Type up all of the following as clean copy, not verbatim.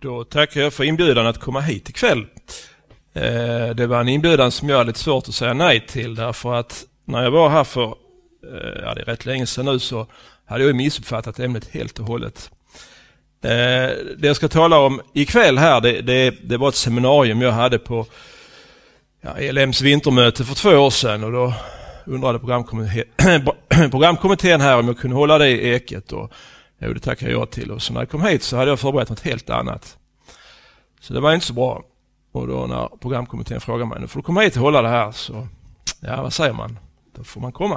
Då tackar jag för inbjudan att komma hit ikväll. Det var en inbjudan som jag hade lite svårt att säga nej till, därför att när jag var här för det är rätt länge sedan nu, så hade jag missuppfattat ämnet helt och hållet. Det jag ska tala om ikväll här, det var ett seminarium jag hade på ELMs vintermöte för 2 år sedan, och då undrade programkommittén här om jag kunde hålla det i Eket, och det tackade jag till. Och så när jag kom hit så hade jag förberett något helt annat. Så det var inte så bra. Och då när programkommittén frågade mig, nu får du komma hit och hålla det här, så vad säger man? Då får man komma.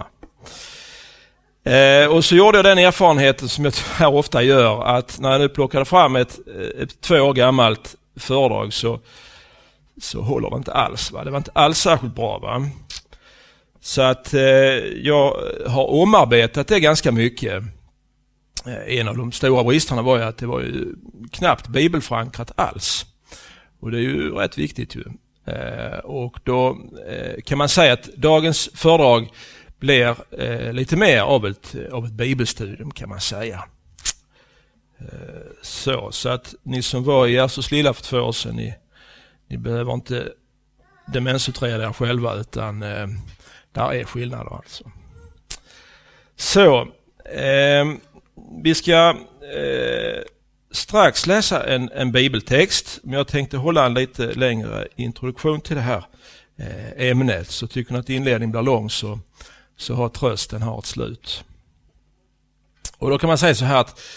Och så gjorde jag den erfarenheten som jag här ofta gör, att när jag nu plockade fram ett 2 år gammalt föredrag så håller det inte alls. Va? Det var inte alls särskilt bra. Va? Så att jag har omarbetat det ganska mycket. En av de stora bristerna var ju att det var ju knappt bibelförankrat alls. Och det är ju rätt viktigt ju. Och då kan man säga att dagens föredrag blir lite mer av ett bibelstudium, kan man säga. Så att ni som var i Jesus lilla för 2 år sedan, ni behöver inte demensutreda er själva, utan där är skillnader alltså. Så vi ska strax läsa en bibeltext, men jag tänkte hålla en lite längre introduktion till det här ämnet. Så tycker ni att inledningen blir lång, så har trösten har ett slut. Och då kan man säga så här att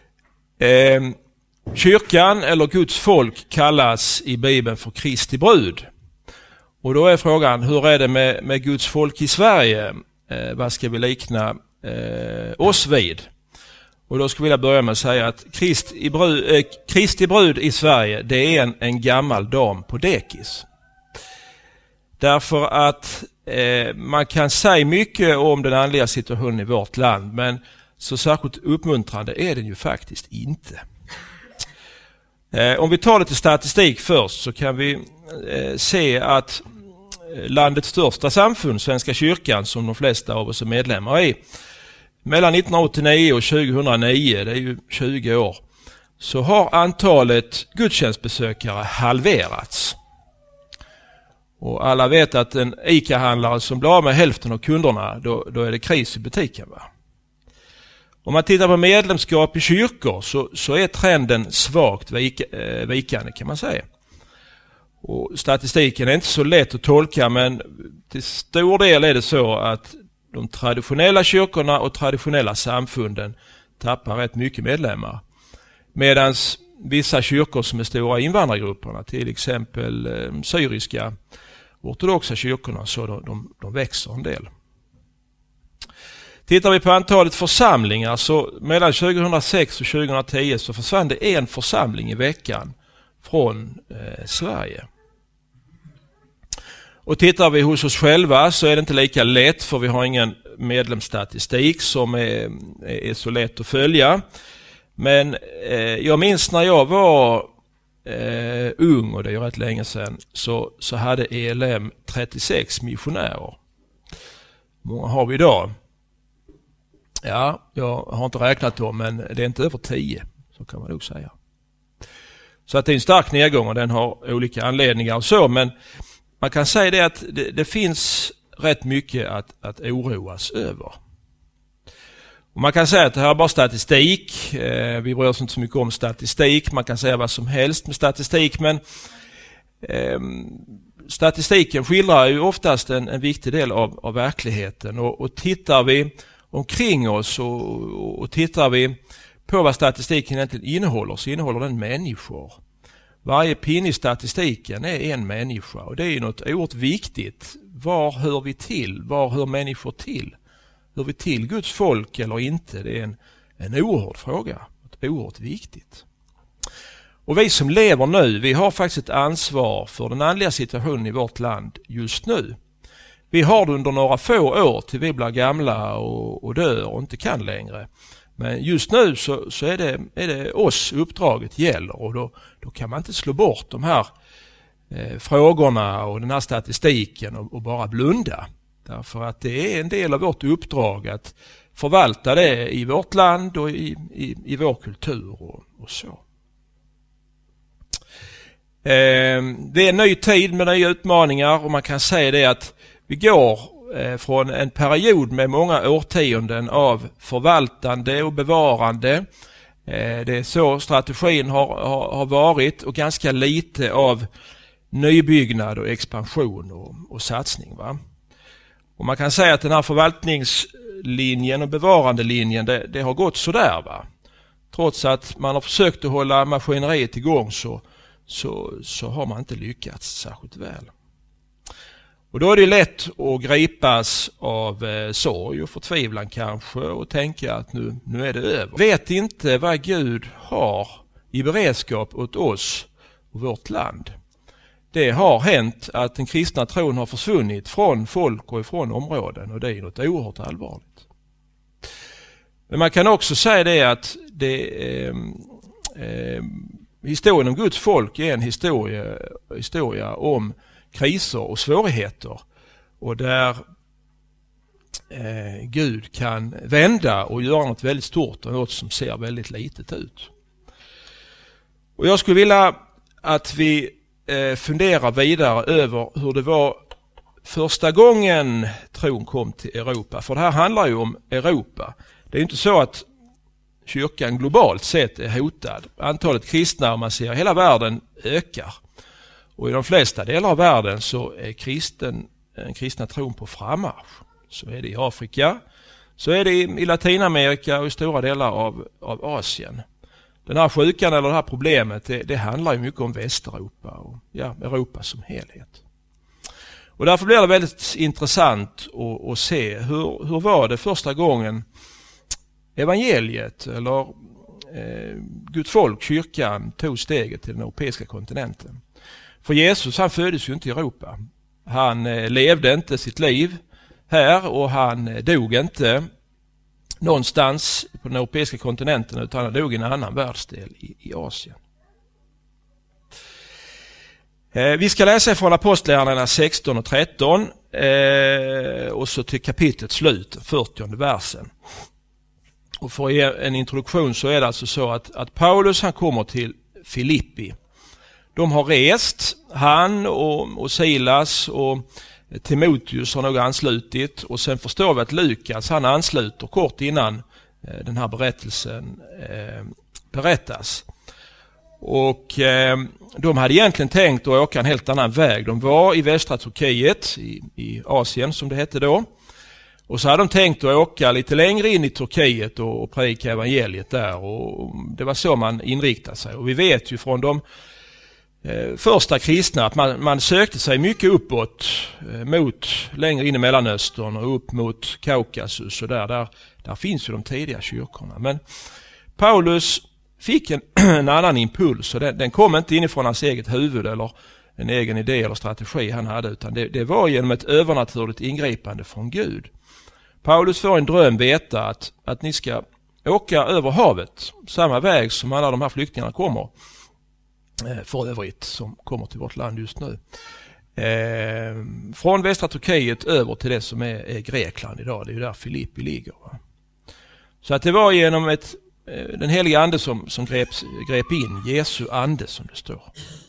kyrkan eller Guds folk kallas i Bibeln för Kristi brud. Och då är frågan, hur är det med Guds folk i Sverige? Vad ska vi likna oss vid? Och då skulle jag vilja börja med att säga att Kristi brud i Sverige, det är en gammal dam på dekis. Därför att man kan säga mycket om den andliga situationen i vårt land, men så särskilt uppmuntrande är den ju faktiskt inte. Om vi tar lite statistik först, så kan vi se att landets största samfund, Svenska kyrkan, som de flesta av oss är medlemmar i, mellan 1989 och 2009, det är ju 20 år, så har antalet gudstjänstbesökare halverats. Och alla vet att en ICA-handlare som blir av med hälften av kunderna, då är det kris i butiken. Va? Om man tittar på medlemskap i kyrkor så är trenden svagt vikande, kan man säga. Och statistiken är inte så lätt att tolka, men till stor del är det så att de traditionella kyrkorna och traditionella samfunden tappar rätt mycket medlemmar. Medan vissa kyrkor som är stora invandrargrupperna, till exempel syriska ortodoxa kyrkorna, så de växer en del. Tittar vi på antalet församlingar, så mellan 2006 och 2010 så försvann det 1 församling i veckan från Sverige. Och tittar vi hos oss själva så är det inte lika lätt, för vi har ingen medlemsstatistik som är så lätt att följa. Men jag minns när jag var ung, och det är ju rätt länge sedan, så hade ELM 36 missionärer. Hur många har vi idag? Ja, jag har inte räknat dem, men det är inte över 10, så kan man nog säga. Så att det är en stark nedgång, och den har olika anledningar och så, men man kan säga det att det finns rätt mycket att oroas över. Och man kan säga att det här är bara statistik. Vi bryr oss inte så mycket om statistik. Man kan säga vad som helst med statistik, men statistiken skildrar ju oftast en viktig del av verkligheten. Och tittar vi omkring oss och tittar vi på vad statistiken egentligen innehåller, så innehåller den människor. Varje pinne i statistiken är en människa, och det är ju något oerhört viktigt. Var hör vi till? Var hör människor till? Hör vi till Guds folk eller inte? Det är en oerhörd fråga. Oerhört viktigt. Och vi som lever nu, vi har faktiskt ett ansvar för den andliga situationen i vårt land just nu. Vi har det under några få år till vi blir gamla och dör och inte kan längre. Men just nu så är det oss uppdraget gäller, och då kan man inte slå bort de här frågorna och den här statistiken och bara blunda. Därför att det är en del av vårt uppdrag att förvalta det i vårt land och i vår kultur och så. Det är en ny tid med nya utmaningar och man kan säga det att vi går från en period med många årtionden av förvaltande och bevarande. Det är så strategin har varit och ganska lite av nybyggnad och expansion och satsning. Va? Och man kan säga att den här förvaltningslinjen och bevarandelinjen det har gått sådär. Va? Trots att man har försökt att hålla maskineriet igång så har man inte lyckats särskilt väl. Och då är det lätt att gripas av sorg och förtvivlan kanske och tänka att nu är det över. Vet inte vad Gud har i beredskap åt oss och vårt land. Det har hänt att den kristna tron har försvunnit från folk och ifrån områden och det är något oerhört allvarligt. Men man kan också säga det att historien om Guds folk är en historia om kriser och svårigheter och där Gud kan vända och göra något väldigt stort och något som ser väldigt litet ut. Och jag skulle vilja att vi funderar vidare över hur det var första gången tron kom till Europa. För det här handlar ju om Europa. Det är inte så att kyrkan globalt sett är hotad. Antalet kristna, om man ser hela världen, ökar. Och i de flesta delar av världen så är den kristna tron på frammarsch. Så är det i Afrika, så är det i Latinamerika och i stora delar av Asien. Den här sjukan eller det här problemet, det handlar ju mycket om Västeuropa och Europa som helhet. Och därför blir det väldigt intressant att se hur var det första gången evangeliet eller Guds folk, kyrkan, tog steget till den europeiska kontinenten. För Jesus, han föddes ju inte i Europa. Han levde inte sitt liv här och han dog inte någonstans på den europeiska kontinenten utan han dog i en annan världsdel i Asien. Vi ska läsa från Apostlagärningarna 16 och 13 och så till kapitlets slut, 40:e versen. Och för att ge en introduktion så är det alltså så att Paulus han kommer till Filippi. De har rest, han och Silas och Timoteus har nog anslutit och sen förstår vi att Lukas han ansluter kort innan den här berättelsen berättas. Och de hade egentligen tänkt att åka en helt annan väg. De var i västra Turkiet, i Asien som det hette då. Och så hade de tänkt att åka lite längre in i Turkiet och predika evangeliet där. Och det var så man inriktade sig. Och vi vet ju från de första kristna att man sökte sig mycket uppåt mot längre in i Mellanöstern och upp mot Kaukasus och där finns ju de tidiga kyrkorna. Men Paulus fick en annan impuls och den kom inte inifrån hans eget huvud eller en egen idé eller strategi han hade utan det var genom ett övernaturligt ingripande från Gud. Paulus får en dröm veta att ni ska åka över havet, samma väg som alla de här flyktingarna kommer för övrigt som kommer till vårt land just nu. Från västra Turkiet över till det som är Grekland idag. Det är ju där Filippi ligger. Va? Så att det var genom den heliga ande som grep in, Jesu ande som det står.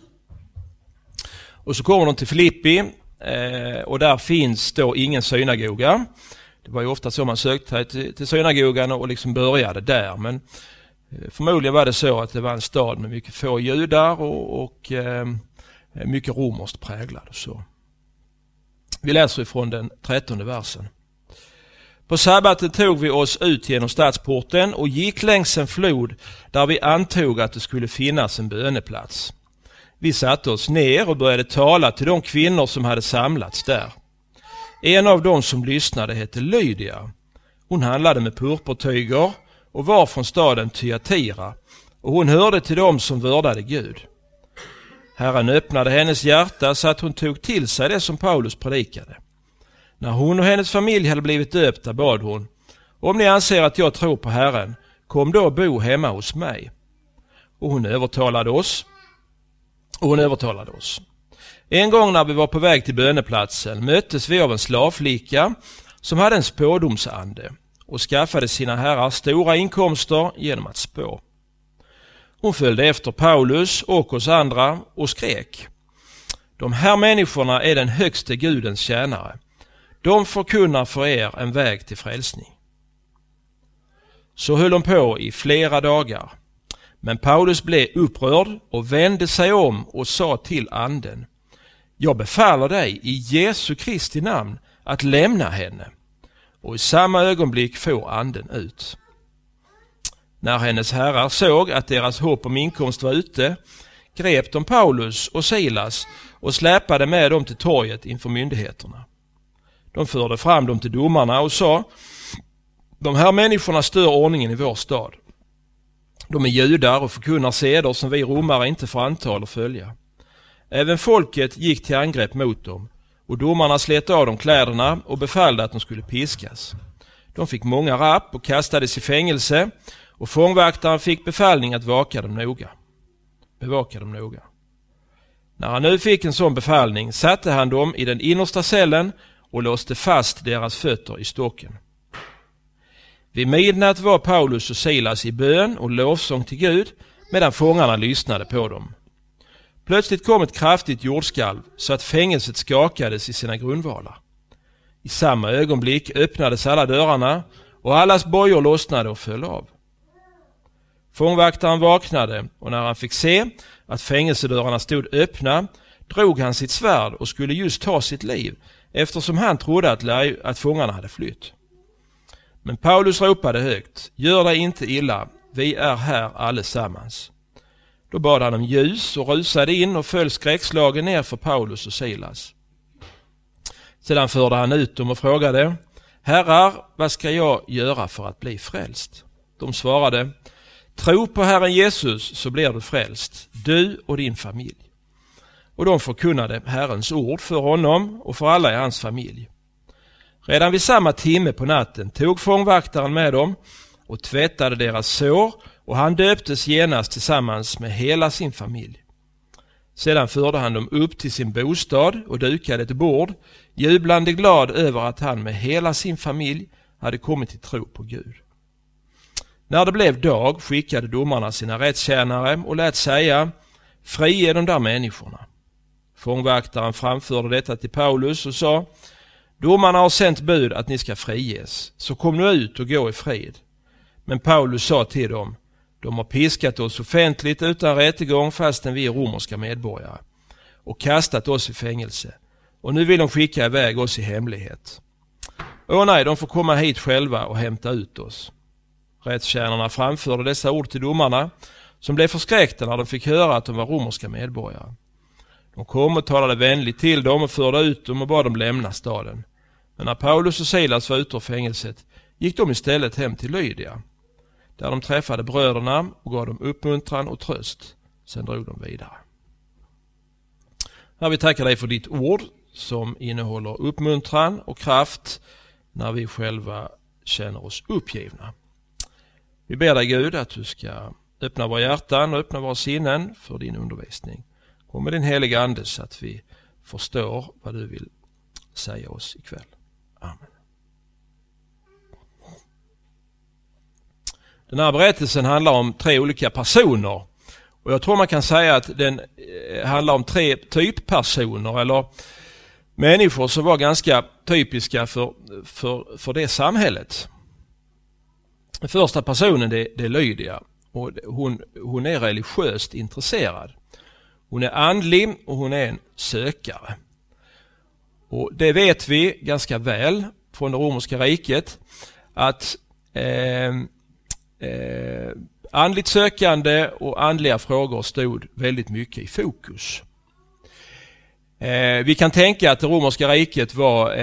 Och så kommer de till Filippi och där finns då ingen synagoga. Det var ju ofta så man sökte till synagogan och liksom började där. Men förmodligen var det så att det var en stad med mycket få judar och mycket romerskt präglad. Så. Vi läser ifrån den 13:e versen. På sabbaten tog vi oss ut genom stadsporten och gick längs en flod där vi antog att det skulle finnas en böneplats. Vi satte oss ner och började tala till de kvinnor som hade samlats där. En av dem som lyssnade hette Lydia. Hon handlade med purpurtyger och var från staden Thyatira och hon hörde till dem som vördade Gud. Herren öppnade hennes hjärta så att hon tog till sig det som Paulus predikade. När hon och hennes familj hade blivit döpta bad hon: om ni anser att jag tror på Herren, kom då och bo hemma hos mig. Och hon övertalade oss. En gång när vi var på väg till böneplatsen möttes vi av en slavflicka som hade en spådomsande och skaffade sina herrar stora inkomster genom att spå. Hon följde efter Paulus och oss andra och skrek: de här människorna är den högste Gudens tjänare. De förkunnar för er en väg till frälsning. Så höll hon på i flera dagar. Men Paulus blev upprörd och vände sig om och sa till anden: jag befaller dig i Jesu Kristi namn att lämna henne. Och i samma ögonblick for anden ut. När hennes herrar såg att deras hopp om inkomst var ute, grep de Paulus och Silas och släpade med dem till torget inför myndigheterna. De förde fram dem till domarna och sa: de här människorna stör ordningen i vår stad. De är judar och förkunnar seder som vi romare inte får anta eller följa. Även folket gick till angrepp mot dem, och domarna slet av dem kläderna och befallde att de skulle piskas. De fick många rapp och kastades i fängelse, och fångvaktaren fick befallning att bevaka dem noga. När han nu fick en sån befallning satte han dem i den innersta cellen och låste fast deras fötter i stocken. Vid midnatt var Paulus och Silas i bön och lovsång till Gud medan fångarna lyssnade på dem. Plötsligt kom ett kraftigt jordskalv så att fängelset skakades i sina grundvalar. I samma ögonblick öppnades alla dörrarna och allas bojor lossnade och föll av. Fångvaktaren vaknade, och när han fick se att fängelsedörrarna stod öppna drog han sitt svärd och skulle just ta sitt liv, eftersom han trodde att fångarna hade flytt. Men Paulus ropade högt: gör dig inte illa, vi är här allesammans. Då bad han om ljus och rusade in och föll skräckslagen ner för Paulus och Silas. Sedan förde han ut dem och frågade: herrar, vad ska jag göra för att bli frälst? De svarade: tro på Herren Jesus så blir du frälst, du och din familj. Och de förkunnade Herrens ord för honom och för alla i hans familj. Redan vid samma timme på natten tog fångvaktaren med dem och tvättade deras sår, och han döptes genast tillsammans med hela sin familj. Sedan förde han dem upp till sin bostad och dukade ett bord, jublande glad över att han med hela sin familj hade kommit till tro på Gud. När det blev dag skickade domarna sina rättstjänare och lät säga: frige de där människorna. Fångvaktaren framförde detta till Paulus och sa: domarna har sänt bud att ni ska friges, så kom nu ut och gå i frid. Men Paulus sa till dem: de har piskat oss offentligt utan rättegång fastän vi är romerska medborgare, och kastat oss i fängelse, och nu vill de skicka iväg oss i hemlighet. Åh nej, de får komma hit själva och hämta ut oss. Rättstjänarna framförde dessa ord till domarna, som blev förskräckta när de fick höra att de var romerska medborgare. De kom och talade vänligt till dem och förde ut dem och bad dem lämna staden. Men när Paulus och Silas var ute ur fängelset gick de istället hem till Lydia, där de träffade bröderna och gav dem uppmuntran och tröst. Sen drog de vidare. Herre, vi tackar dig för ditt ord som innehåller uppmuntran och kraft när vi själva känner oss uppgivna. Vi ber dig, Gud, att du ska öppna våra hjärtan och öppna våra sinnen för din undervisning. Kom med din heliga ande så att vi förstår vad du vill säga oss ikväll. Amen. Den här berättelsen handlar om 3 olika personer. Och jag tror man kan säga att den handlar om 3 typpersoner, eller människor som var ganska typiska för det samhället. Den första personen det är Lydia, och hon är religiöst intresserad. Hon är andlig och hon är en sökare. Och det vet vi ganska väl från det romerska riket, att andligt sökande och andliga frågor stod väldigt mycket i fokus. Vi kan tänka att det romerska riket var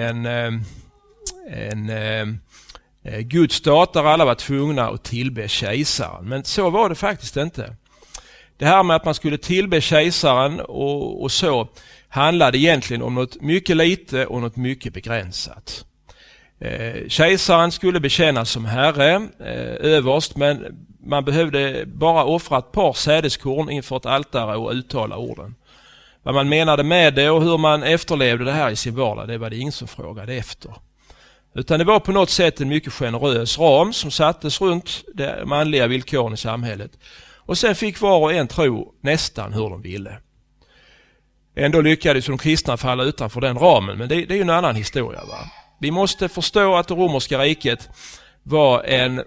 en gudsstat där alla var tvungna att tillbe kejsaren. Men så var det faktiskt inte. Det här med att man skulle tillbe kejsaren och så handlade egentligen om något mycket lite och något mycket begränsat. Kejsaren skulle betjänas som herre, överst, men man behövde bara offra ett par sädeskorn inför ett altare och uttala orden. Vad man menade med det och hur man efterlevde det här i sin vardag, det var det ingen som frågade efter. Utan det var på något sätt en mycket generös ram som sattes runt de manliga villkoren i samhället. Och sen fick var och en tro nästan hur de ville. Ändå lyckades de kristna falla utanför den ramen, men det är ju en annan historia. Va? Vi måste förstå att det romerska riket var en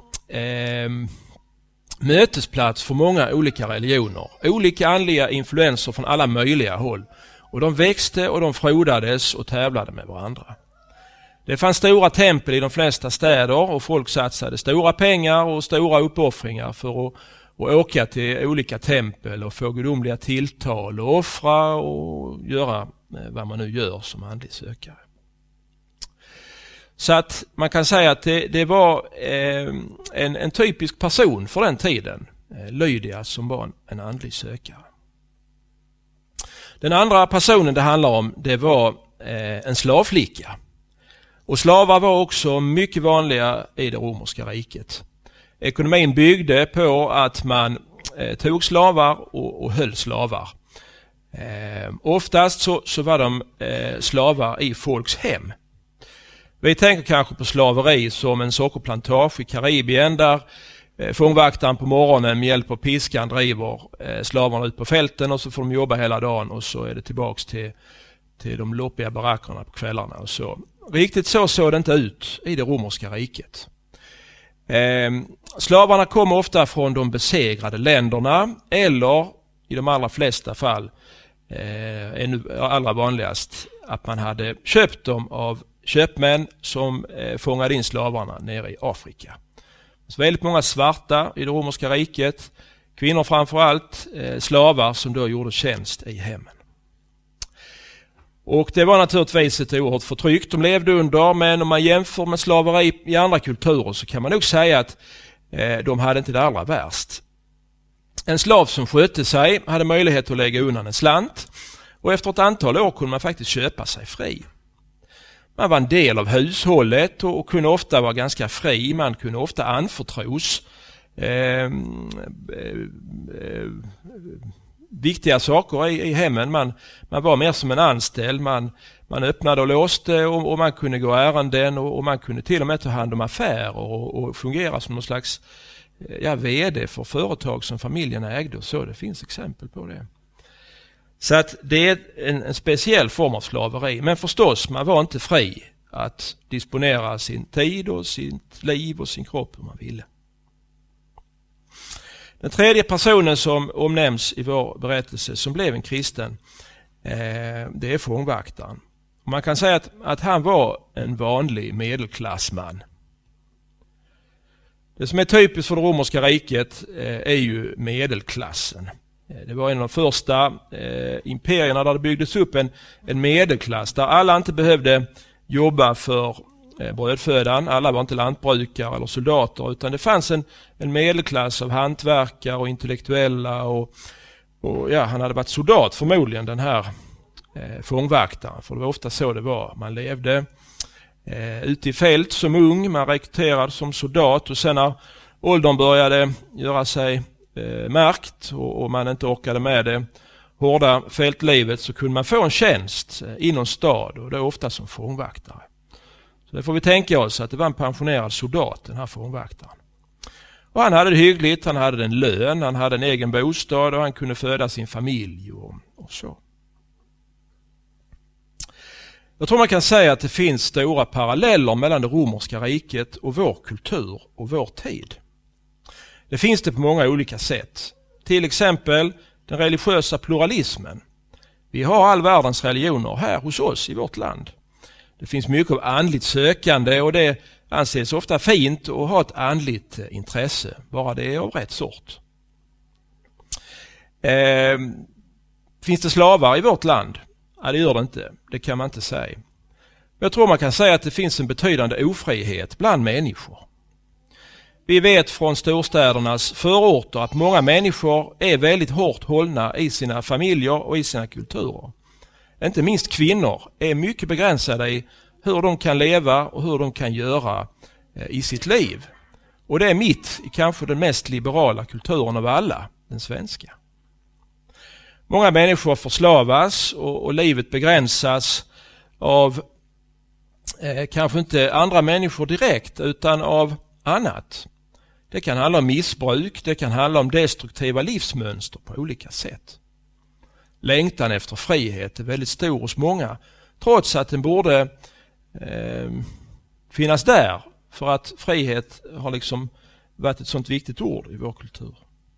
mötesplats för många olika religioner. Olika andliga influenser från alla möjliga håll. Och de växte och de frodades och tävlade med varandra. Det fanns stora tempel i de flesta städer och folk satsade stora pengar och stora uppoffringar för att åka till olika tempel och få gudomliga tilltal och offra och göra vad man nu gör som andlig sökare. Så att man kan säga att det var en typisk person för den tiden, Lydia, som var en andlig sökare. Den andra personen det handlar om, det var en slavflicka. Och slavar var också mycket vanliga i det romerska riket. Ekonomin byggde på att man tog slavar och höll slavar. Oftast så var de slavar i folks hem. Vi tänker kanske på slaveri som en sockerplantage i Karibien där fångvaktaren på morgonen med hjälp av piskan driver slavarna ut på fälten och så får de jobba hela dagen och så är det tillbaks till de loppiga barackerna på kvällarna och så. Riktigt så såg det inte ut i det romerska riket. Slavarna kom ofta från de besegrade länderna eller i de allra flesta fall allra vanligast att man hade köpt dem av köpmän som fångade in slavarna nere i Afrika. Så väldigt många svarta i det romerska riket, kvinnor framför allt, slavar som då gjorde tjänst i hemmen. Och det var naturligtvis ett oerhört förtryck de levde under, men om man jämför med slaveri i andra kulturer så kan man nog säga att de hade inte det allra värst. En slav som skötte sig hade möjlighet att lägga undan en slant och efter ett antal år kunde man faktiskt köpa sig fri. Man var en del av hushållet och kunde ofta vara ganska fri. Man kunde ofta anförtros viktiga saker i hemmen. Man var mer som en anställd. Man öppnade och låste och man kunde gå ärenden och man kunde till och med ta hand om affärer och fungera som någon slags vd för företag som familjen ägde och så. Det finns exempel på det. Så att det är en speciell form av slaveri. Men förstås, man var inte fri att disponera sin tid och sitt liv och sin kropp hur man ville. Den tredje personen som omnämns i vår berättelse som blev en kristen, det är fångvaktaren. Man kan säga att han var en vanlig medelklassman. Det som är typiskt för det romerska riket är ju medelklassen. Det var en av de första imperierna där det byggdes upp en medelklass där alla inte behövde jobba för brödfödan. Alla var inte lantbrukare eller soldater utan det fanns en medelklass av hantverkare och intellektuella och han hade varit soldat förmodligen den här fångvaktaren. För det var ofta så det var. Man levde ute i fält som ung, man rekryterade som soldat och sen när åldern började göra sig märkt och man inte orkade med det hårda fältlivet så kunde man få en tjänst i någon stad och det är ofta som fångvaktare. Så det får vi tänka oss att det var en pensionerad soldat, den här fångvaktaren. Och han hade det hyggligt, han hade en lön, han hade en egen bostad och han kunde föda sin familj och så. Jag tror man kan säga att det finns stora paralleller mellan det romerska riket och vår kultur och vår tid. Det finns det på många olika sätt. Till exempel den religiösa pluralismen. Vi har all världens religioner här hos oss i vårt land. Det finns mycket av andligt sökande och det anses ofta fint att ha ett andligt intresse. Bara det är av rätt sort. Finns det slavar i vårt land? Ja, det gör det inte. Det kan man inte säga. Jag tror man kan säga att det finns en betydande ofrihet bland människor. Vi vet från storstädernas förorter att många människor är väldigt hårt hållna i sina familjer och i sina kulturer. Inte minst kvinnor är mycket begränsade i hur de kan leva och hur de kan göra i sitt liv. Och det är mitt i kanske den mest liberala kulturen av alla, den svenska. Många människor förslavas och livet begränsas av kanske inte andra människor direkt utan av annat. Det kan handla om missbruk, det kan handla om destruktiva livsmönster på olika sätt. Längtan efter frihet är väldigt stor hos många, trots att den borde finnas där, för att frihet har liksom varit ett sånt viktigt ord i vår kultur.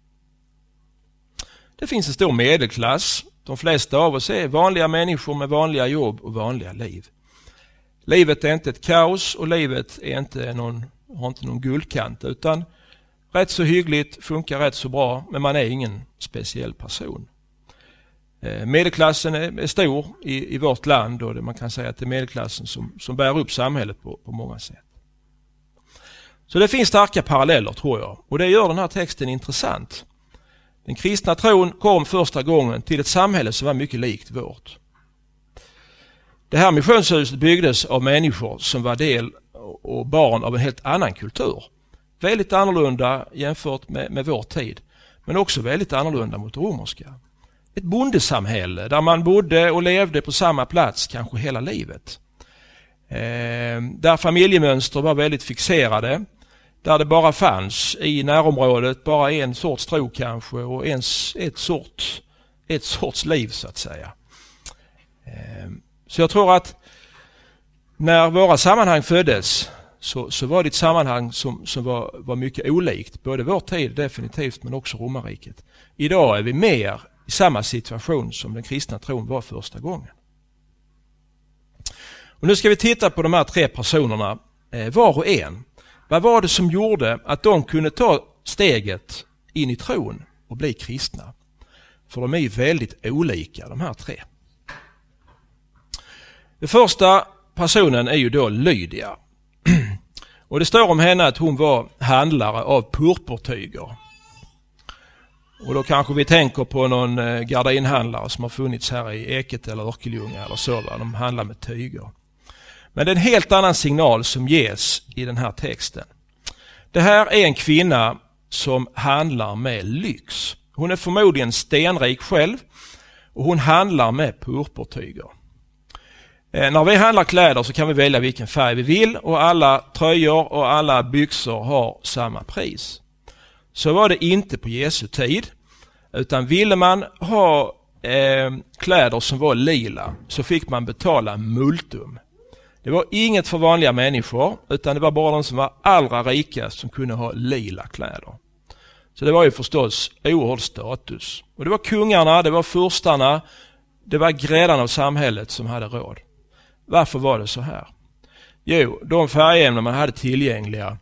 Det finns en stor medelklass. De flesta av oss är vanliga människor med vanliga jobb och vanliga liv. Livet är inte ett kaos och livet är har inte någon guldkant, utan rätt så hyggligt, funkar rätt så bra, men man är ingen speciell person. Medelklassen är stor i vårt land, och man kan säga att det är medelklassen som bär upp samhället på många sätt. Så det finns starka paralleller, tror jag, och det gör den här texten intressant. Den kristna tron kom första gången till ett samhälle som var mycket likt vårt. Det här missionshuset byggdes av människor som var del och barn av en helt annan kultur. Väldigt annorlunda jämfört med vår tid, men också väldigt annorlunda mot romerska. Ett bondesamhälle där man bodde och levde på samma plats kanske hela livet. Där familjemönster var väldigt fixerade. Där det bara fanns i närområdet bara en sorts tro kanske och ett sorts liv så att säga. Så jag tror att när våra sammanhang föddes så var det ett sammanhang som var mycket olikt. Både vår tid definitivt, men också romarriket. Idag är vi mer i samma situation som den kristna tron var första gången. Och nu ska vi titta på de här 3 personerna, var och en. Vad var det som gjorde att de kunde ta steget in i tron och bli kristna? För de är ju väldigt olika, de här 3. Den första personen är ju då Lydia. Och det står om henne att hon var handlare av purpurtyger. Och då kanske vi tänker på någon gardinhandlare som har funnits här i Eket eller Örkelljunga eller så. De handlar med tyger. Men det är en helt annan signal som ges i den här texten. Det här är en kvinna som handlar med lyx. Hon är förmodligen stenrik själv och hon handlar med purpurtyger. När vi handlar kläder så kan vi välja vilken färg vi vill och alla tröjor och alla byxor har samma pris. Så var det inte på Jesu tid, utan ville man ha kläder som var lila så fick man betala multum. Det var inget för vanliga människor, utan det var bara de som var allra rikast som kunde ha lila kläder. Så det var ju förstås oerhörd status. Och det var kungarna, det var furstarna, det var gräddarna av samhället som hade råd. Varför var det så här? Jo, de färgämnen man hade tillgängliga,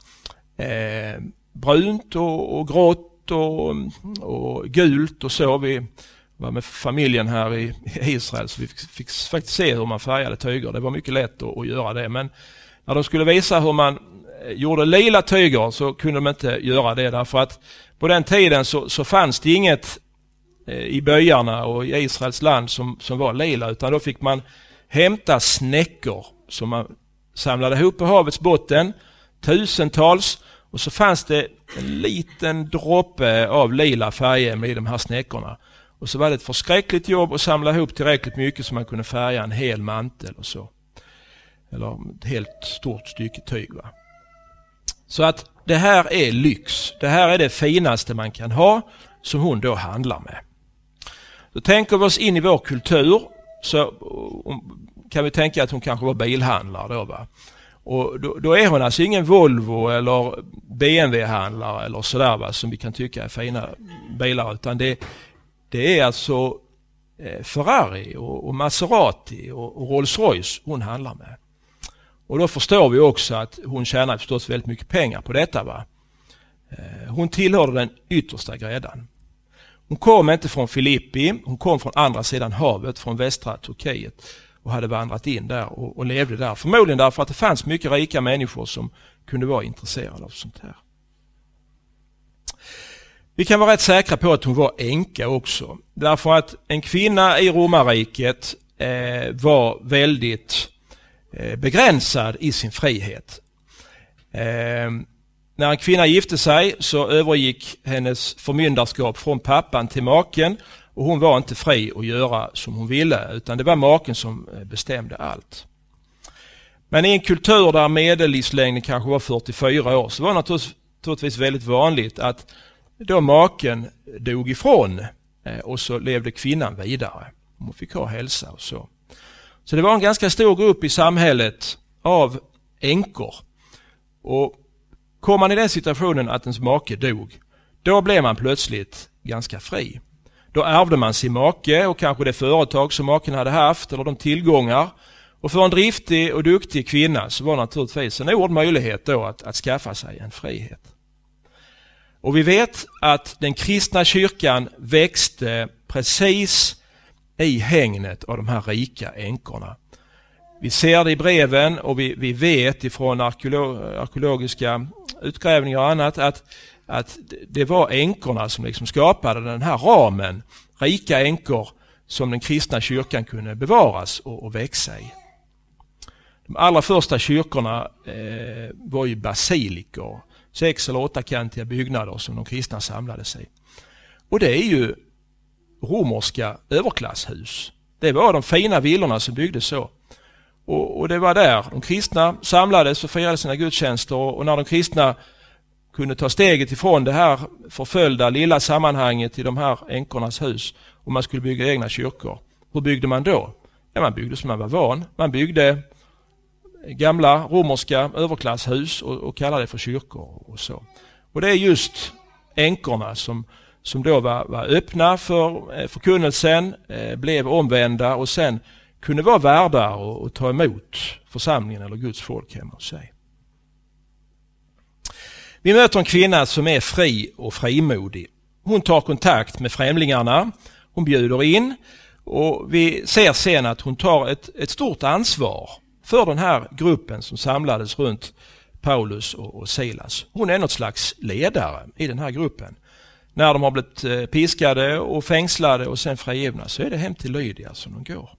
brunt och grått och gult och så. Vi var med familjen här i Israel så vi fick faktiskt se hur man färgade tyger. Det var mycket lätt att göra det, men när de skulle visa hur man gjorde lila tyger så kunde de inte göra det, därför att på den tiden så fanns det inget i byarna och i Israels land som var lila, utan då fick man hämta snäckor som man samlade ihop på havets botten, tusentals, och så fanns det en liten droppe av lila färger i de här snäckorna. Och så var det ett förskräckligt jobb att samla ihop tillräckligt mycket så man kunde färga en hel mantel och så. Eller ett helt stort stycke tyg. Va? Så att det här är lyx. Det här är det finaste man kan ha som hon då handlar med. Då tänker vi oss in i vår kultur, så kan vi tänka att hon kanske var bilhandlare då, va? Och då är hon alltså ingen Volvo eller BMW-handlare eller sådär, va, som vi kan tycka är fina bilar, utan det är alltså Ferrari och Maserati och Rolls-Royce hon handlar med. Och då förstår vi också att hon tjänar förstås väldigt mycket pengar på detta, va? Hon tillhörde den yttersta gräddan. Hon kom inte från Filippi, hon kom från andra sidan havet, från västra Turkiet, och hade vandrat in där och levde där. Förmodligen därför att det fanns mycket rika människor som kunde vara intresserade av sånt här. Vi kan vara rätt säkra på att hon var änka också. Därför att en kvinna i romarriket var väldigt begränsad i sin frihet. När en kvinna gifte sig så övergick hennes förmyndarskap från pappan till maken, och hon var inte fri att göra som hon ville, utan det var maken som bestämde allt. Men i en kultur där medellivslängden kanske var 44 år så var det naturligtvis naturligtvis väldigt vanligt att då maken dog ifrån och så levde kvinnan vidare. Hon fick ha hälsa och så. Så det var en ganska stor grupp i samhället av änkor. Och kom man i den situationen att ens make dog, då blev man plötsligt ganska fri. Då ärvde man sin make och kanske det företag som maken hade haft eller de tillgångar. Och för en driftig och duktig kvinna så var naturligtvis en oerhörd möjlighet då att skaffa sig en frihet. Och vi vet att den kristna kyrkan växte precis i hängnet av de här rika änkorna. Vi ser det i breven och vi vet ifrån arkeologiska utgrävningar och annat att det var änkorna som liksom skapade den här ramen, rika änkor som den kristna kyrkan kunde bevaras och växa i. De allra första kyrkorna var ju basilikor, 6- eller 8-kantiga byggnader som de kristna samlade sig. Och det är ju romerska överklasshus. Det var de fina villorna som byggdes så. Och det var där de kristna samlades och firade sina gudstjänster, och när de kristna kunde ta steget ifrån det här förföljda lilla sammanhanget i de här änkornas hus och man skulle bygga egna kyrkor. Hur byggde man då? Ja, man byggde som man var van. Man byggde gamla romerska överklasshus och kallade det för kyrkor och så. Och det är just änkorna som då var öppna för förkunnelsen, blev omvända och sen kunde vara värdar och ta emot församlingen eller Guds folk hemma hos sig. Vi möter en kvinna som är fri och frimodig. Hon tar kontakt med främlingarna, hon bjuder in, och vi ser sen att hon tar ett stort ansvar för den här gruppen som samlades runt Paulus och Silas. Hon är något slags ledare i den här gruppen. När de har blivit piskade och fängslade och sen frigivna så är det hem till Lydia som de går.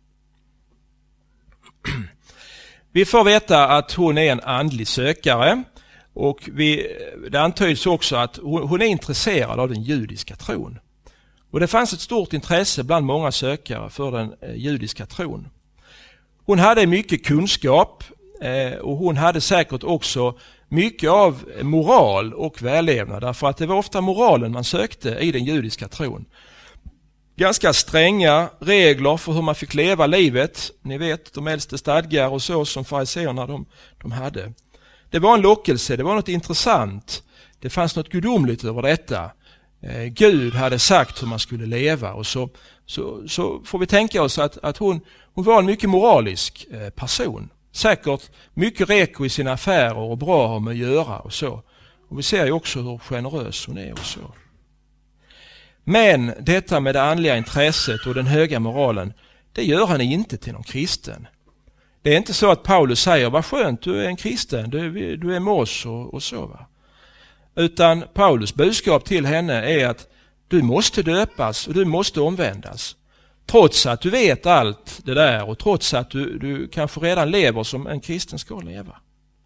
Vi får veta att hon är en andlig sökare, och det antyds också att hon är intresserad av den judiska tron. Och det fanns ett stort intresse bland många sökare för den judiska tron. Hon hade mycket kunskap och hon hade säkert också mycket av moral och vällevnad, därför att det var ofta moralen man sökte i den judiska tron. Ganska stränga regler för hur man fick leva livet. Ni vet, de äldste stadgar och så som fariseerna de hade. Det var en lockelse, det var något intressant. Det fanns något gudomligt över detta. Gud hade sagt hur man skulle leva, och så får vi tänka oss att hon var en mycket moralisk person. Säkert mycket reko i sina affärer och bra med att göra och så. Och vi ser ju också hur generös hon är och så. Men detta med det andliga intresset och den höga moralen, det gör han inte till någon kristen. Det är inte så att Paulus säger, vad skönt, du är en kristen, du är med oss och så va. Utan Paulus budskap till henne är att du måste döpas och du måste omvändas. Trots att du vet allt det där och trots att du kanske redan lever som en kristen ska leva.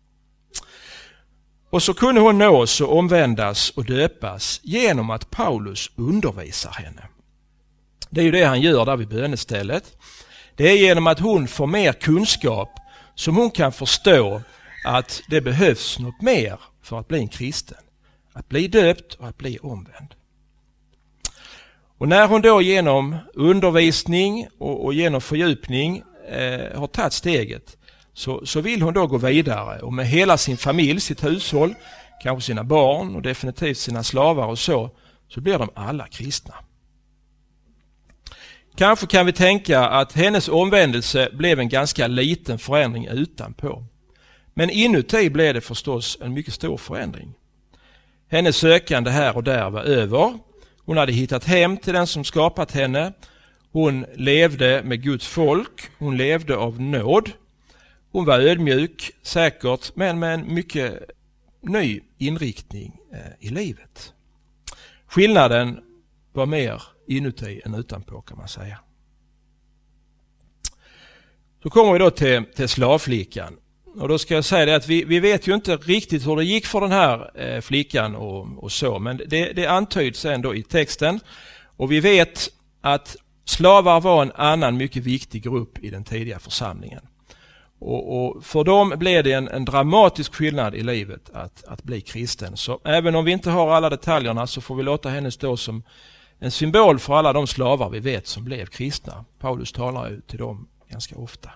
Och så kunde hon nås och omvändas och döpas genom att Paulus undervisar henne. Det är ju det han gör där vid bönestället. Det är genom att hon får mer kunskap som hon kan förstå att det behövs något mer för att bli en kristen. Att bli döpt och att bli omvänd. Och när hon då genom undervisning och genom fördjupning har tagit steget, så vill hon då gå vidare och med hela sin familj, sitt hushåll, kanske sina barn och definitivt sina slavar och så blir de alla kristna. Kanske kan vi tänka att hennes omvändelse blev en ganska liten förändring utanpå. Men inuti blev det förstås en mycket stor förändring. Hennes sökande här och där var över. Hon hade hittat hem till den som skapat henne. Hon levde med Guds folk. Hon levde av nåd. Hon var ödmjuk, säkert, men med en mycket ny inriktning i livet. Skillnaden var mer inuti än utanpå, kan man säga. Så kommer vi då till slavflickan. Och då ska jag säga det att vi vet ju inte riktigt hur det gick för den här flickan och så. Men det antyds ändå i texten. Och vi vet att slavar var en annan mycket viktig grupp i den tidiga församlingen. Och för dem blev det en dramatisk skillnad i livet att bli kristen. Så även om vi inte har alla detaljerna så får vi låta henne stå som en symbol för alla de slavar vi vet som blev kristna. Paulus talar ju till dem ganska ofta.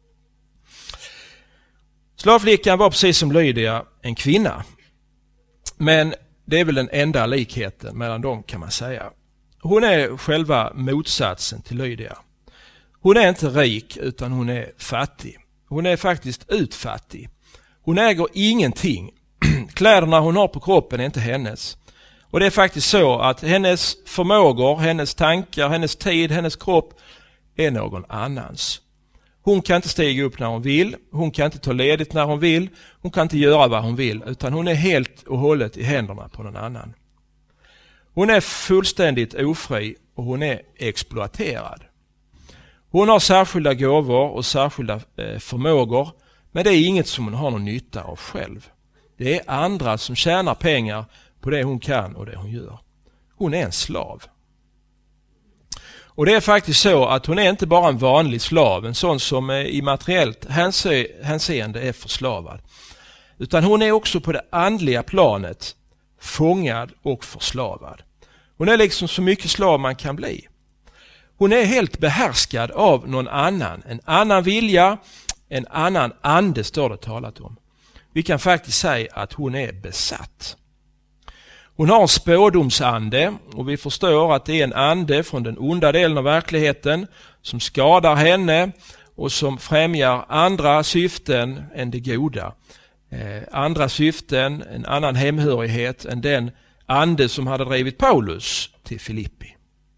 Slavflickan var precis som Lydia en kvinna. Men det är väl den enda likheten mellan dem, kan man säga. Hon är själva motsatsen till Lydia. Hon är inte rik utan hon är fattig. Hon är faktiskt utfattig. Hon äger ingenting. Kläderna hon har på kroppen är inte hennes. Och det är faktiskt så att hennes förmågor, hennes tankar, hennes tid, hennes kropp är någon annans. Hon kan inte stiga upp när hon vill. Hon kan inte ta ledigt när hon vill. Hon kan inte göra vad hon vill. Utan hon är helt och hållet i händerna på någon annan. Hon är fullständigt ofri och hon är exploaterad. Hon har särskilda gåvor och särskilda förmågor. Men det är inget som hon har någon nytta av själv. Det är andra som tjänar pengar på det hon kan och det hon gör. Hon är en slav. Och det är faktiskt så att hon är inte bara en vanlig slav, en sån som i materiellt hänseende är förslavad. Utan hon är också på det andliga planet fångad och förslavad. Hon är liksom så mycket slav man kan bli. Hon är helt behärskad av någon annan. En annan vilja, en annan ande står det talat om. Vi kan faktiskt säga att hon är besatt. Hon har en spådomsande och vi förstår att det är en ande från den onda delen av verkligheten som skadar henne och som främjar andra syften än det goda. Andra syften, en annan hemhörighet än den ande som hade drivit Paulus till Filippi.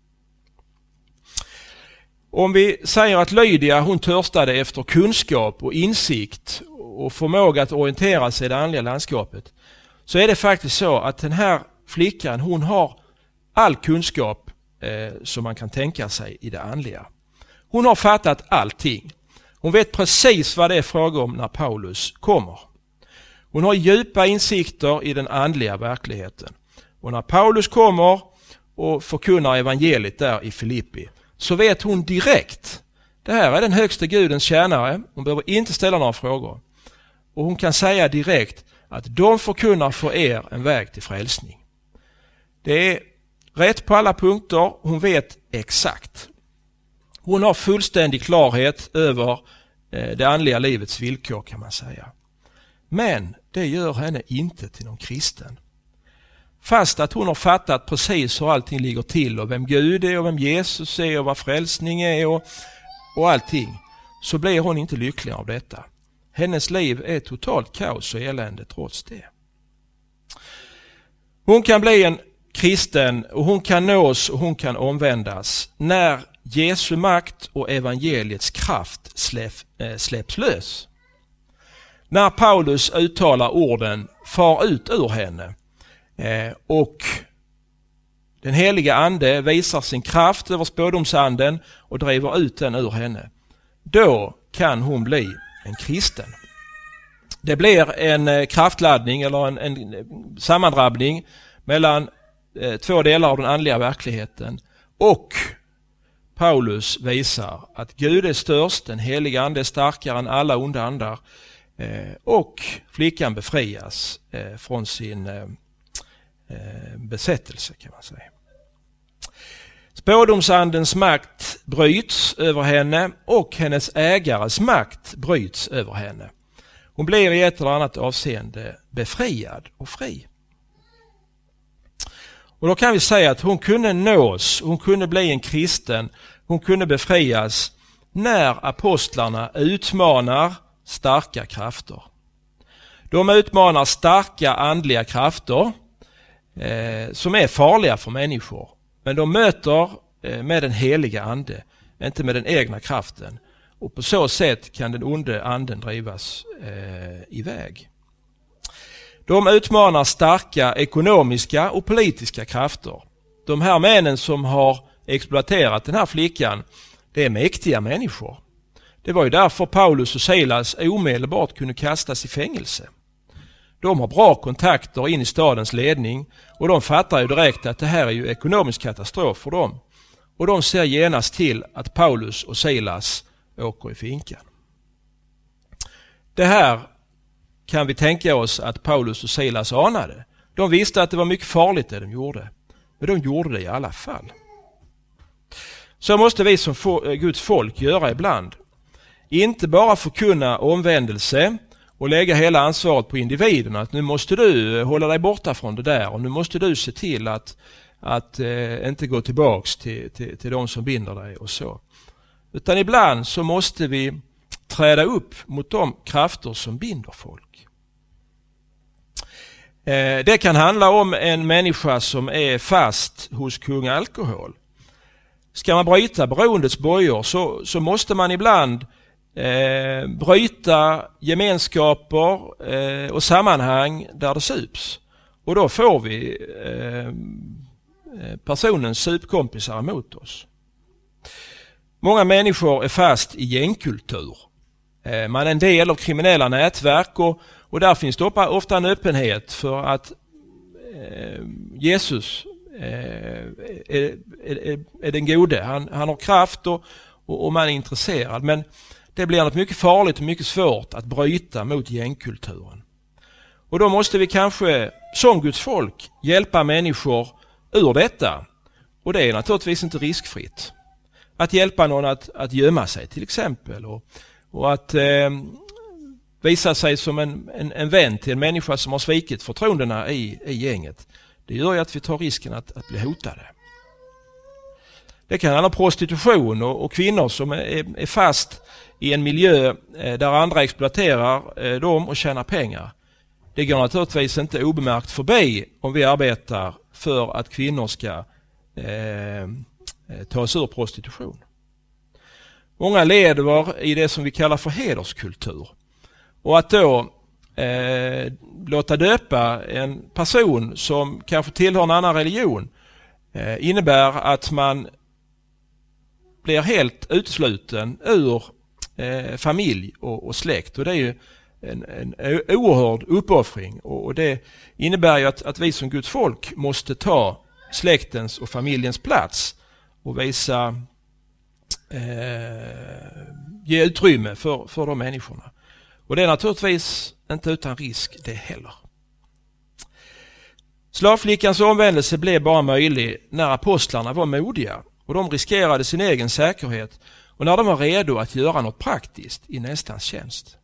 Om vi säger att Lydia hon törstade efter kunskap och insikt och förmåga att orientera sig i det andliga landskapet, så är det faktiskt så att den här flickan hon har all kunskap som man kan tänka sig i det andliga. Hon har fattat allting. Hon vet precis vad det är fråga om när Paulus kommer. Hon har djupa insikter i den andliga verkligheten. Och när Paulus kommer och förkunnar evangeliet där i Filippi, så vet hon direkt, det här är den högste Gudens tjänare. Hon behöver inte ställa några frågor. Och hon kan säga direkt att de förkunnar för er en väg till frälsning. Det är rätt på alla punkter. Hon vet exakt. Hon har fullständig klarhet över det andliga livets villkor, kan man säga. Men det gör henne inte till någon kristen. Fast att hon har fattat precis hur allting ligger till och vem Gud är och vem Jesus är och vad frälsning är och allting, så blir hon inte lycklig av detta. Hennes liv är totalt kaos och elände trots det. Hon kan bli en kristen och hon kan nås och hon kan omvändas när Jesu makt och evangeliets kraft släpps lös. När Paulus uttalar orden far ut ur henne och den heliga ande visar sin kraft över spådomsanden och driver ut den ur henne, då kan hon bli en kristen. Det blir en kraftladdning eller en sammandrabbning mellan två delar av den andliga verkligheten, och Paulus visar att Gud är störst, den heliga ande är starkare än alla onda andar, och flickan befrias från sin besättelse, kan man säga. Spådomsandens makt bryts över henne och hennes ägares makt bryts över henne. Hon blir i ett eller annat avseende befriad och fri. Och då kan vi säga att hon kunde nås, hon kunde bli en kristen, hon kunde befrias när apostlarna utmanar starka krafter. De utmanar starka andliga krafter som är farliga för människor. Men de möter med den heliga ande, inte med den egna kraften. Och på så sätt kan den onde anden drivas iväg. De utmanar starka ekonomiska och politiska krafter. De här männen som har exploaterat den här flickan, det är mäktiga människor. Det var ju därför Paulus och Silas omedelbart kunde kastas i fängelse. De har bra kontakter in i stadens ledning och de fattar ju direkt att det här är ju ekonomisk katastrof för dem. Och de ser genast till att Paulus och Silas åker i finkan. Det här kan vi tänka oss att Paulus och Silas anade. De visste att det var mycket farligt det de gjorde. Men de gjorde det i alla fall. Så måste vi som Guds folk göra ibland. Inte bara förkunna omvändelse och lägga hela ansvaret på individen. Att nu måste du hålla dig borta från det där och nu måste du se till att inte gå tillbaks till de som binder dig och så. Utan ibland så måste vi träda upp mot de krafter som binder folk. Det kan handla om en människa som är fast hos kung alkohol. Ska man bryta beroendets bojor så måste man ibland bryta gemenskaper och sammanhang där det sups. Och då får vi personens supkompisar emot oss. Många människor är fast i gängkultur. Man är en del av kriminella nätverk och där finns det ofta en öppenhet för att Jesus är den gode. Han har kraft och man är intresserad. Men det blir något mycket farligt och mycket svårt att bryta mot gängkulturen. Och då måste vi kanske som Guds folk hjälpa människor ur detta. Och det är naturligtvis inte riskfritt. Att hjälpa någon att gömma sig till exempel och att visa sig som en vän till en människa som har svikit förtroendena i gänget. Det gör ju att vi tar risken att bli hotade. Det kan handla om prostitution och kvinnor som är fast i en miljö där andra exploaterar dem och tjänar pengar. Det går naturligtvis inte obemärkt förbi om vi arbetar för att kvinnor ska ta sig ur prostitution. Många lever i det som vi kallar för hederskultur. Och att då låta döpa en person som kanske tillhör en annan religion innebär att man blir helt utsluten ur familj och släkt. Och det är ju en oerhörd uppoffring. Och det innebär ju att vi som Guds folk måste ta släktens och familjens plats och visa ge utrymme för de människorna. Och det är naturligtvis inte utan risk det heller. Slavflickans omvändelse blev bara möjlig när apostlarna var modiga och de riskerade sin egen säkerhet och när de var redo att göra något praktiskt i nästans tjänst.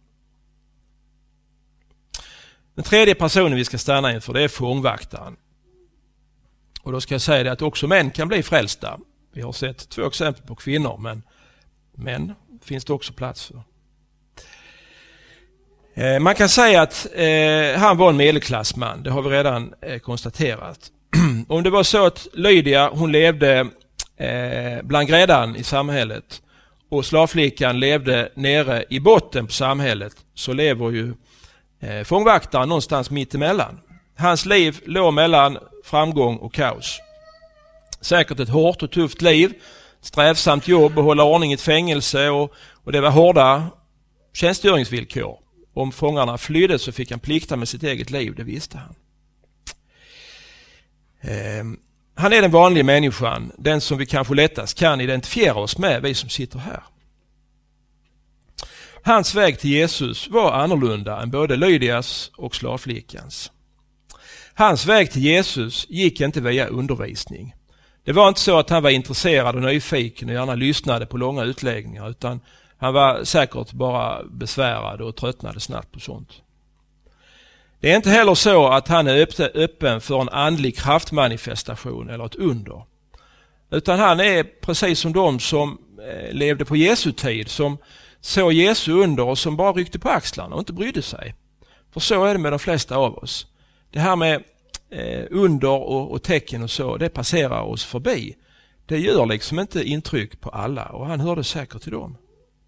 Den tredje personen vi ska stanna inför det är fångvaktaren. Och då ska jag säga det att också män kan bli frälsta. Vi har sett 2 exempel på kvinnor, men män finns det också plats för. Man kan säga att han var en medelklassman, det har vi redan konstaterat. Om det var så att Lydia, hon levde bland gräddan i samhället och slavflickan levde nere i botten på samhället, så lever ju fångvaktaren någonstans mitt emellan. Hans liv låg mellan framgång och kaos. Säkert ett hårt och tufft liv, strävsamt jobb och hålla ordning i ett fängelse och det var hårda tjänstgöringsvillkor. Om fångarna flydde så fick han plikta med sitt eget liv, det visste han. Han är den vanliga människan, den som vi kanske lättast kan identifiera oss med, vi som sitter här. Hans väg till Jesus var annorlunda än både Lydias och slavflickans. Hans väg till Jesus gick inte via undervisning. Det var inte så att han var intresserad och nyfiken och gärna lyssnade på långa utläggningar, utan han var säkert bara besvärad och tröttnade snabbt på sånt. Det är inte heller så att han är öppen för en andlig kraftmanifestation eller ett under. Utan han är precis som de som levde på Jesu tid, som såg Jesu under och som bara ryckte på axlarna och inte brydde sig. För så är det med de flesta av oss. Det här med under och tecken och så, det passerar oss förbi. Det gör liksom inte intryck på alla och han hörde säkert till dem.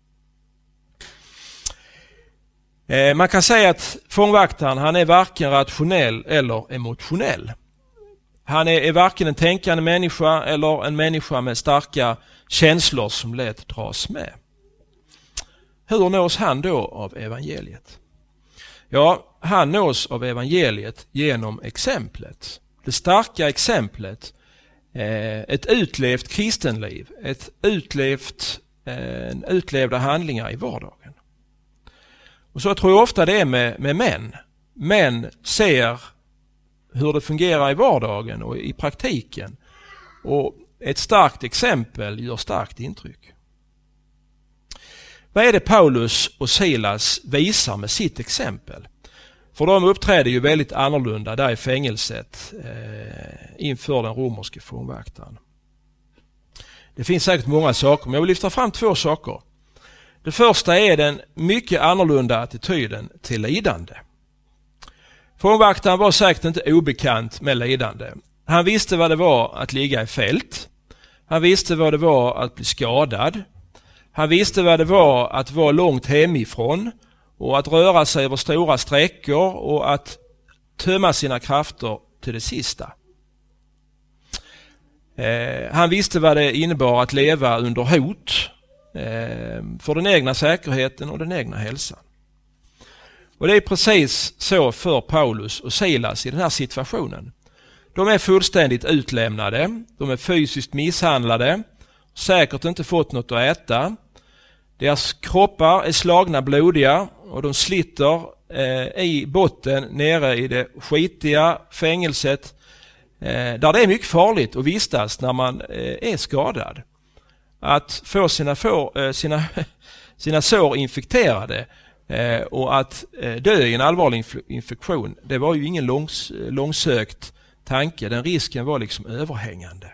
Man kan säga att fångvaktaren, han är varken rationell eller emotionell. Han är varken en tänkande människa eller en människa med starka känslor som lätt dras med. Hur nås han då av evangeliet? Ja, han nås av evangeliet genom exemplet. Det starka exemplet, ett utlevt kristenliv, utlevda handlingar i vardagen. Och så tror jag ofta det är med män. Män ser hur det fungerar i vardagen och i praktiken. Och ett starkt exempel gör starkt intryck. Vad är det Paulus och Silas visar med sitt exempel? För de uppträder ju väldigt annorlunda där i fängelset inför den romerske fångvaktaren. Det finns säkert många saker, men jag vill lyfta fram 2 saker. Det första är den mycket annorlunda attityden till lidande. Fångvaktaren var säkert inte obekant med lidande. Han visste vad det var att ligga i fält. Han visste vad det var att bli skadad. Han visste vad det var att vara långt hemifrån och att röra sig över stora sträckor och att tömma sina krafter till det sista. Han visste vad det innebar att leva under hot för den egna säkerheten och den egna hälsan. Och det är precis så för Paulus och Silas i den här situationen. De är fullständigt utlämnade, de är fysiskt misshandlade, säkert inte fått något att äta. Deras kroppar är slagna blodiga och de sliter i botten nere i det skitiga fängelset där det är mycket farligt att vistas när man är skadad. Att få sina sår infekterade och att dö i en allvarlig infektion, det var ju ingen långsökt tanke. Den risken var liksom överhängande.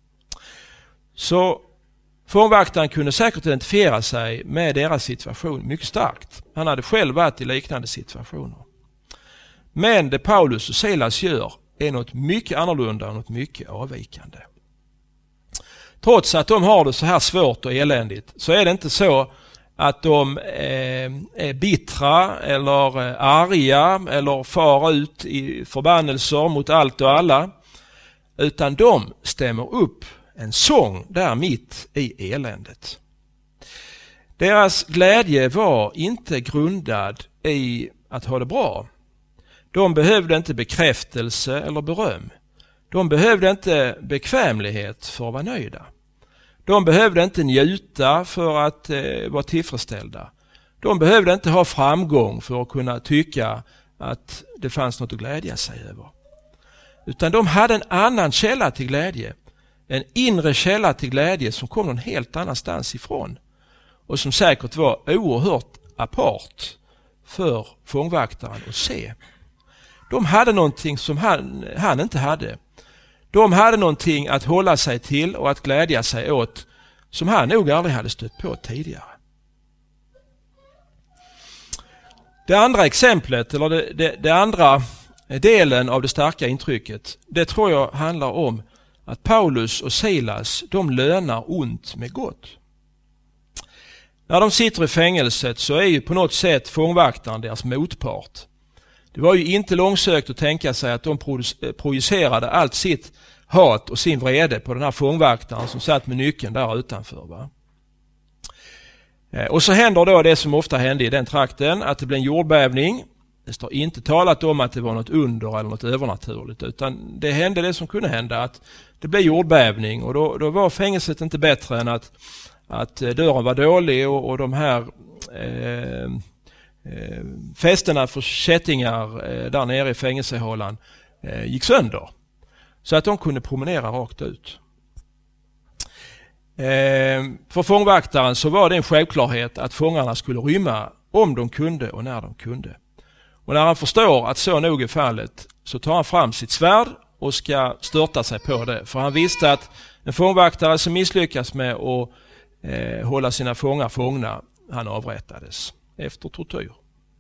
Så fångvaktaren kunde säkert identifiera sig med deras situation mycket starkt. Han hade själv varit i liknande situationer. Men det Paulus och Silas gör är något mycket annorlunda och något mycket avvikande. Trots att de har det så här svårt och eländigt så är det inte så att de är bittra eller arga eller far ut i förbannelser mot allt och alla, utan de stämmer upp en sång där mitt i eländet. Deras glädje var inte grundad i att ha det bra. De behövde inte bekräftelse eller beröm. De behövde inte bekvämlighet för att vara nöjda. De behövde inte njuta för att vara tillfredsställda. De behövde inte ha framgång för att kunna tycka att det fanns något att glädja sig över. Utan de hade en annan källa till glädje. En inre källa till glädje som kom någon helt annanstans ifrån. Och som säkert var oerhört apart för fångvaktaren att se. De hade någonting som han inte hade. De hade någonting att hålla sig till och att glädja sig åt som han nog aldrig hade stött på tidigare. Det andra exemplet, eller det andra delen av det starka intrycket, det tror jag handlar om att Paulus och Silas, de lönar ont med gott. När de sitter i fängelset så är ju på något sätt fångvaktaren deras motpart. Det var ju inte långsökt att tänka sig att de projicerade allt sitt hat och sin vrede på den här fångvaktaren som satt med nyckeln där utanför. Va? Och så händer då det som ofta hände i den trakten, att det blir en jordbävning. Det står inte talat om att det var något under eller något övernaturligt, utan det hände det som kunde hända, att det blev jordbävning, och då var fängelset inte bättre än att dörren var dålig och de här fästena för kättingar där nere i fängelsehålan gick sönder. Så att de kunde promenera rakt ut. För fångvaktaren så var det en självklarhet att fångarna skulle rymma om de kunde och när de kunde. Och när han förstår att så nog är fallet så tar han fram sitt svärd och ska störta sig på det. För han visste att en fångvaktare som misslyckas med att hålla sina fångar fångna, han avrättades efter tortyr.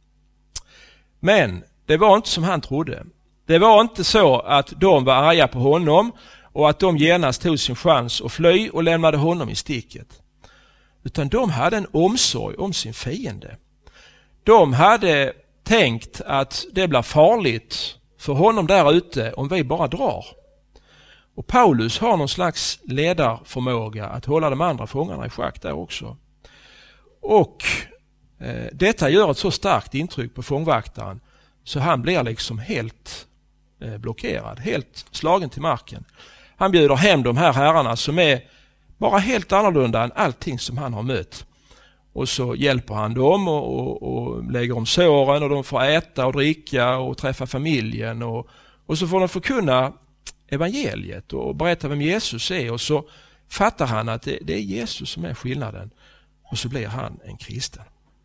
Men det var inte som han trodde. Det var inte så att de var arga på honom och att de genast tog sin chans att fly och lämnade honom i sticket. Utan de hade en omsorg om sin fiende. De hade tänkt att det blir farligt för honom där ute om vi bara drar. Och Paulus har någon slags ledarförmåga att hålla de andra fångarna i schack där också. Och detta gör ett så starkt intryck på fångvaktaren så han blir liksom helt blockerad, helt slagen till marken. Han bjuder hem de här herrarna som är bara helt annorlunda än allting som han har mött. och så hjälper han dem och lägger om såren och de får äta och dricka och träffa familjen och så får de förkunna evangeliet och berätta vem Jesus är och så fattar han att det är Jesus som är skillnaden och så blir han en kristen.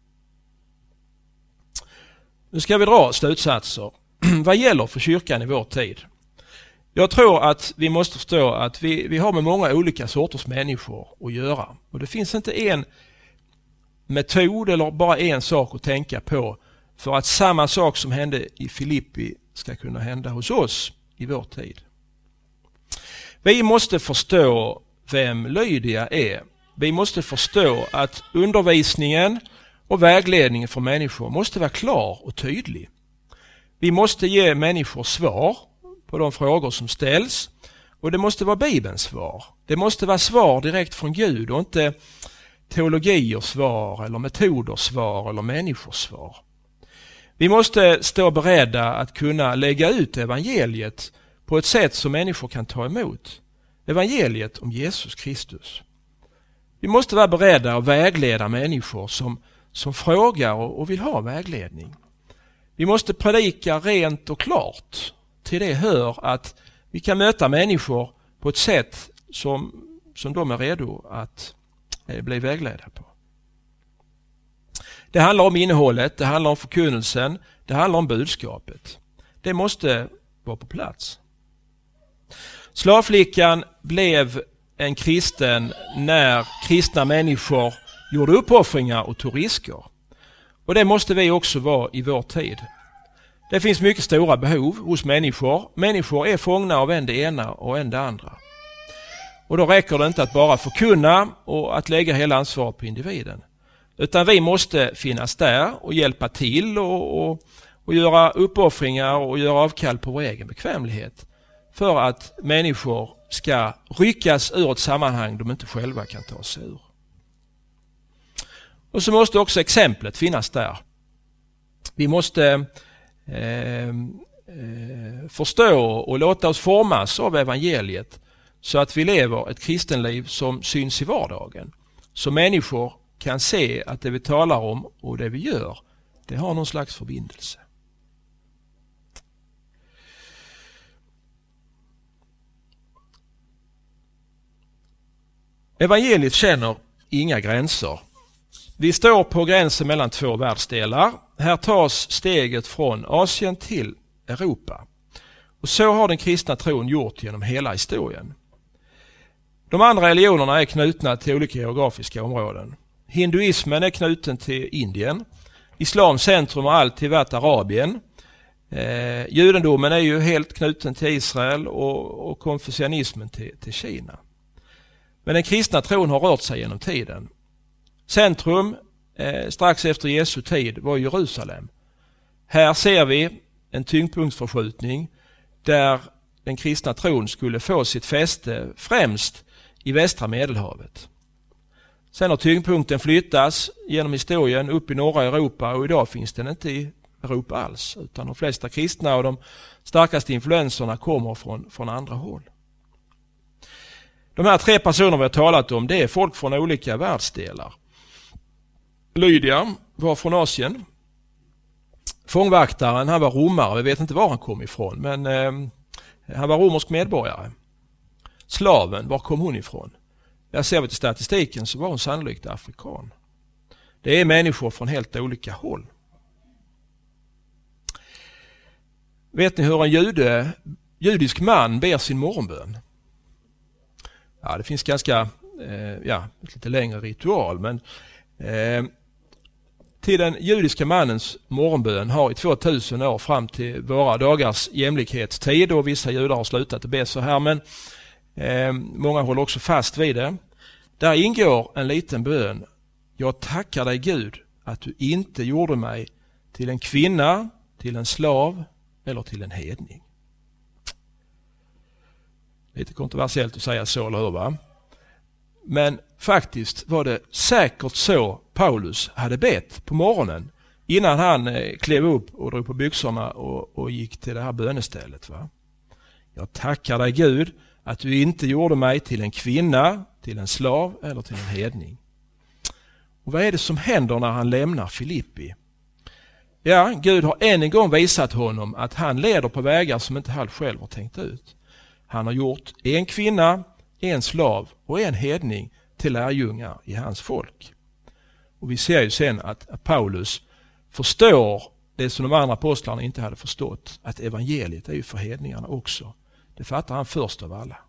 Nu ska vi dra slutsatser. Vad gäller för kyrkan i vår tid? Jag tror att vi måste förstå att vi har med många olika sorters människor att göra. Och det finns inte en metod eller bara en sak att tänka på för att samma sak som hände i Filippi ska kunna hända hos oss i vår tid. Vi måste förstå vem Lydia är. Vi måste förstå att undervisningen och vägledningen för människor måste vara klar och tydlig. Vi måste ge människor svar på de frågor som ställs och det måste vara Bibelns svar. Det måste vara svar direkt från Gud och inte teologiers svar eller metoders svar eller människors svar. Vi måste stå beredda att kunna lägga ut evangeliet på ett sätt som människor kan ta emot. Evangeliet om Jesus Kristus. Vi måste vara beredda att vägleda människor som frågar och vill ha vägledning. Vi måste predika rent och klart. Till det hör att vi kan möta människor på ett sätt som de är redo att bli vägledda på. Det handlar om innehållet, det handlar om förkunnelsen, det handlar om budskapet. Det måste vara på plats. Slavflickan blev en kristen när kristna människor gjorde uppoffringar och tog risker. Och det måste vi också vara i vår tid. Det finns mycket stora behov hos människor. Människor är fångna av en det ena och en det andra. Och då räcker det inte att bara förkunna och att lägga hela ansvaret på individen. Utan vi måste finnas där och hjälpa till och göra uppoffringar och göra avkall på vår egen bekvämlighet. För att människor ska ryckas ur ett sammanhang de inte själva kan ta sig ur. Och så måste också exemplet finnas där. Vi måste förstå och låta oss formas av evangeliet så att vi lever ett kristenliv som syns i vardagen. Så människor kan se att det vi talar om och det vi gör, det har någon slags förbindelse. Evangeliet känner inga gränser. Vi står på gränsen mellan två världsdelar. Här tas steget från Asien till Europa. Och så har den kristna tron gjort genom hela historien. De andra religionerna är knutna till olika geografiska områden. Hinduismen är knuten till Indien. Islams centrum har alltid varit Arabien. Judendomen är ju helt knuten till Israel och konfucianismen till Kina. Men den kristna tron har rört sig genom tiden. Centrum strax efter Jesu tid var Jerusalem. Här ser vi en tyngdpunktsförskjutning där den kristna tron skulle få sitt fäste främst i västra Medelhavet. Sen har tyngdpunkten flyttats genom historien upp i norra Europa och idag finns den inte i Europa alls utan de flesta kristna och de starkaste influenserna kommer från andra håll. De här tre personer vi har talat om, det är folk från olika världsdelar. Lydia var från Asien. Fångvaktaren, han var romare, vi vet inte var han kom ifrån, men han var romersk medborgare. Slaven, var kom hon ifrån? Jag ser vi till statistiken så var hon sannolikt afrikan. Det är människor från helt olika håll. Vet ni hur en judisk man ber sin morgonbön? Ja, det finns ganska lite längre ritual, men till den judiska mannens morgonbön har i 2000 år fram till våra dagars jämlikhetstid, och vissa judar har slutat att be så här, men många håller också fast vid det. Där ingår en liten bön. Jag tackar dig Gud att du inte gjorde mig till en kvinna, till en slav eller till en hedning. Lite kontroversiellt att säga så, eller hur va? Men faktiskt var det säkert så Paulus hade bett på morgonen innan han klev upp och drog på byxorna och gick till det här bönestället. Va? Jag tackar dig Gud att du inte gjorde mig till en kvinna, till en slav eller till en hedning. Och vad är det som händer när han lämnar Filippi? Ja, Gud har än en gång visat honom att han leder på vägar som inte han själv har tänkt ut. Han har gjort en kvinna, en slav och en hedning till lärjungar i hans folk. Och vi ser ju sen att Paulus förstår det som de andra apostlarna inte hade förstått, att evangeliet är ju för hedningarna också. Det fattar han först av alla.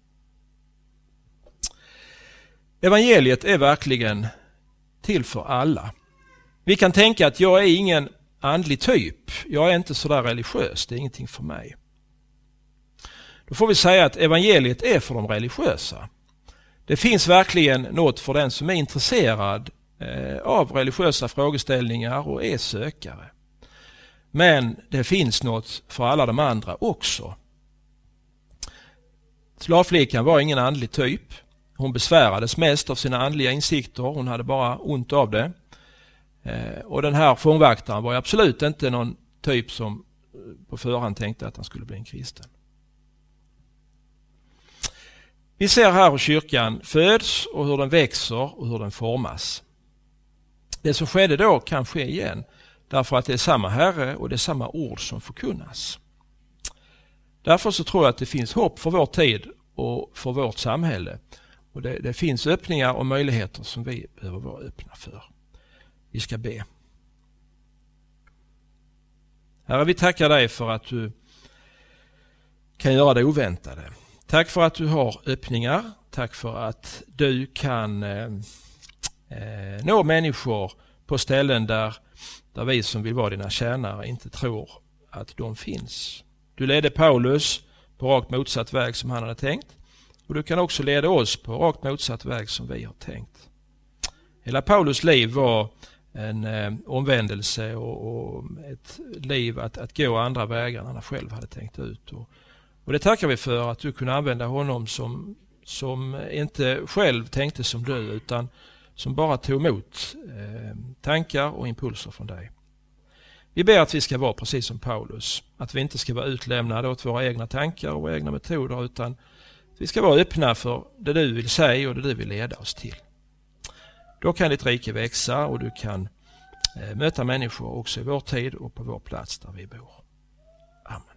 Evangeliet är verkligen till för alla. Vi kan tänka att jag är ingen andlig typ. Jag är inte så där religiös. Det är ingenting för mig. Då får vi säga att evangeliet är för de religiösa. Det finns verkligen något för den som är intresserad av religiösa frågeställningar och är sökare. Men det finns något för alla de andra också. Slavflickan var ingen andlig typ. Hon besvärades mest av sina andliga insikter. Hon hade bara ont av det. Och den här fångvaktaren var absolut inte någon typ som på förhand tänkte att han skulle bli en kristen. Vi ser här hur kyrkan föds och hur den växer och hur den formas. Det som skedde då kan ske igen. Därför att det är samma Herre och det är samma ord som förkunnas. Därför så tror jag att det finns hopp för vår tid och för vårt samhälle. Och det finns öppningar och möjligheter som vi behöver vara öppna för. Vi ska be. Herre, vi tackar dig för att du kan göra det oväntade. Tack för att du har öppningar. Tack för att du kan nå människor på ställen där vi som vill vara dina tjänare inte tror att de finns. Du ledde Paulus på rakt motsatt väg som han hade tänkt. Och du kan också leda oss på rakt motsatt väg som vi har tänkt. Hela Paulus liv var en omvändelse och ett liv att gå andra vägar än han själv hade tänkt ut. Och det tackar vi för att du kunde använda honom som inte själv tänkte som du utan som bara tog emot tankar och impulser från dig. Vi ber att vi ska vara precis som Paulus. Att vi inte ska vara utlämnade åt våra egna tankar och våra egna metoder utan vi ska vara öppna för det du vill säga och det du vill leda oss till. Då kan ditt rike växa och du kan möta människor också i vår tid och på vår plats där vi bor. Amen.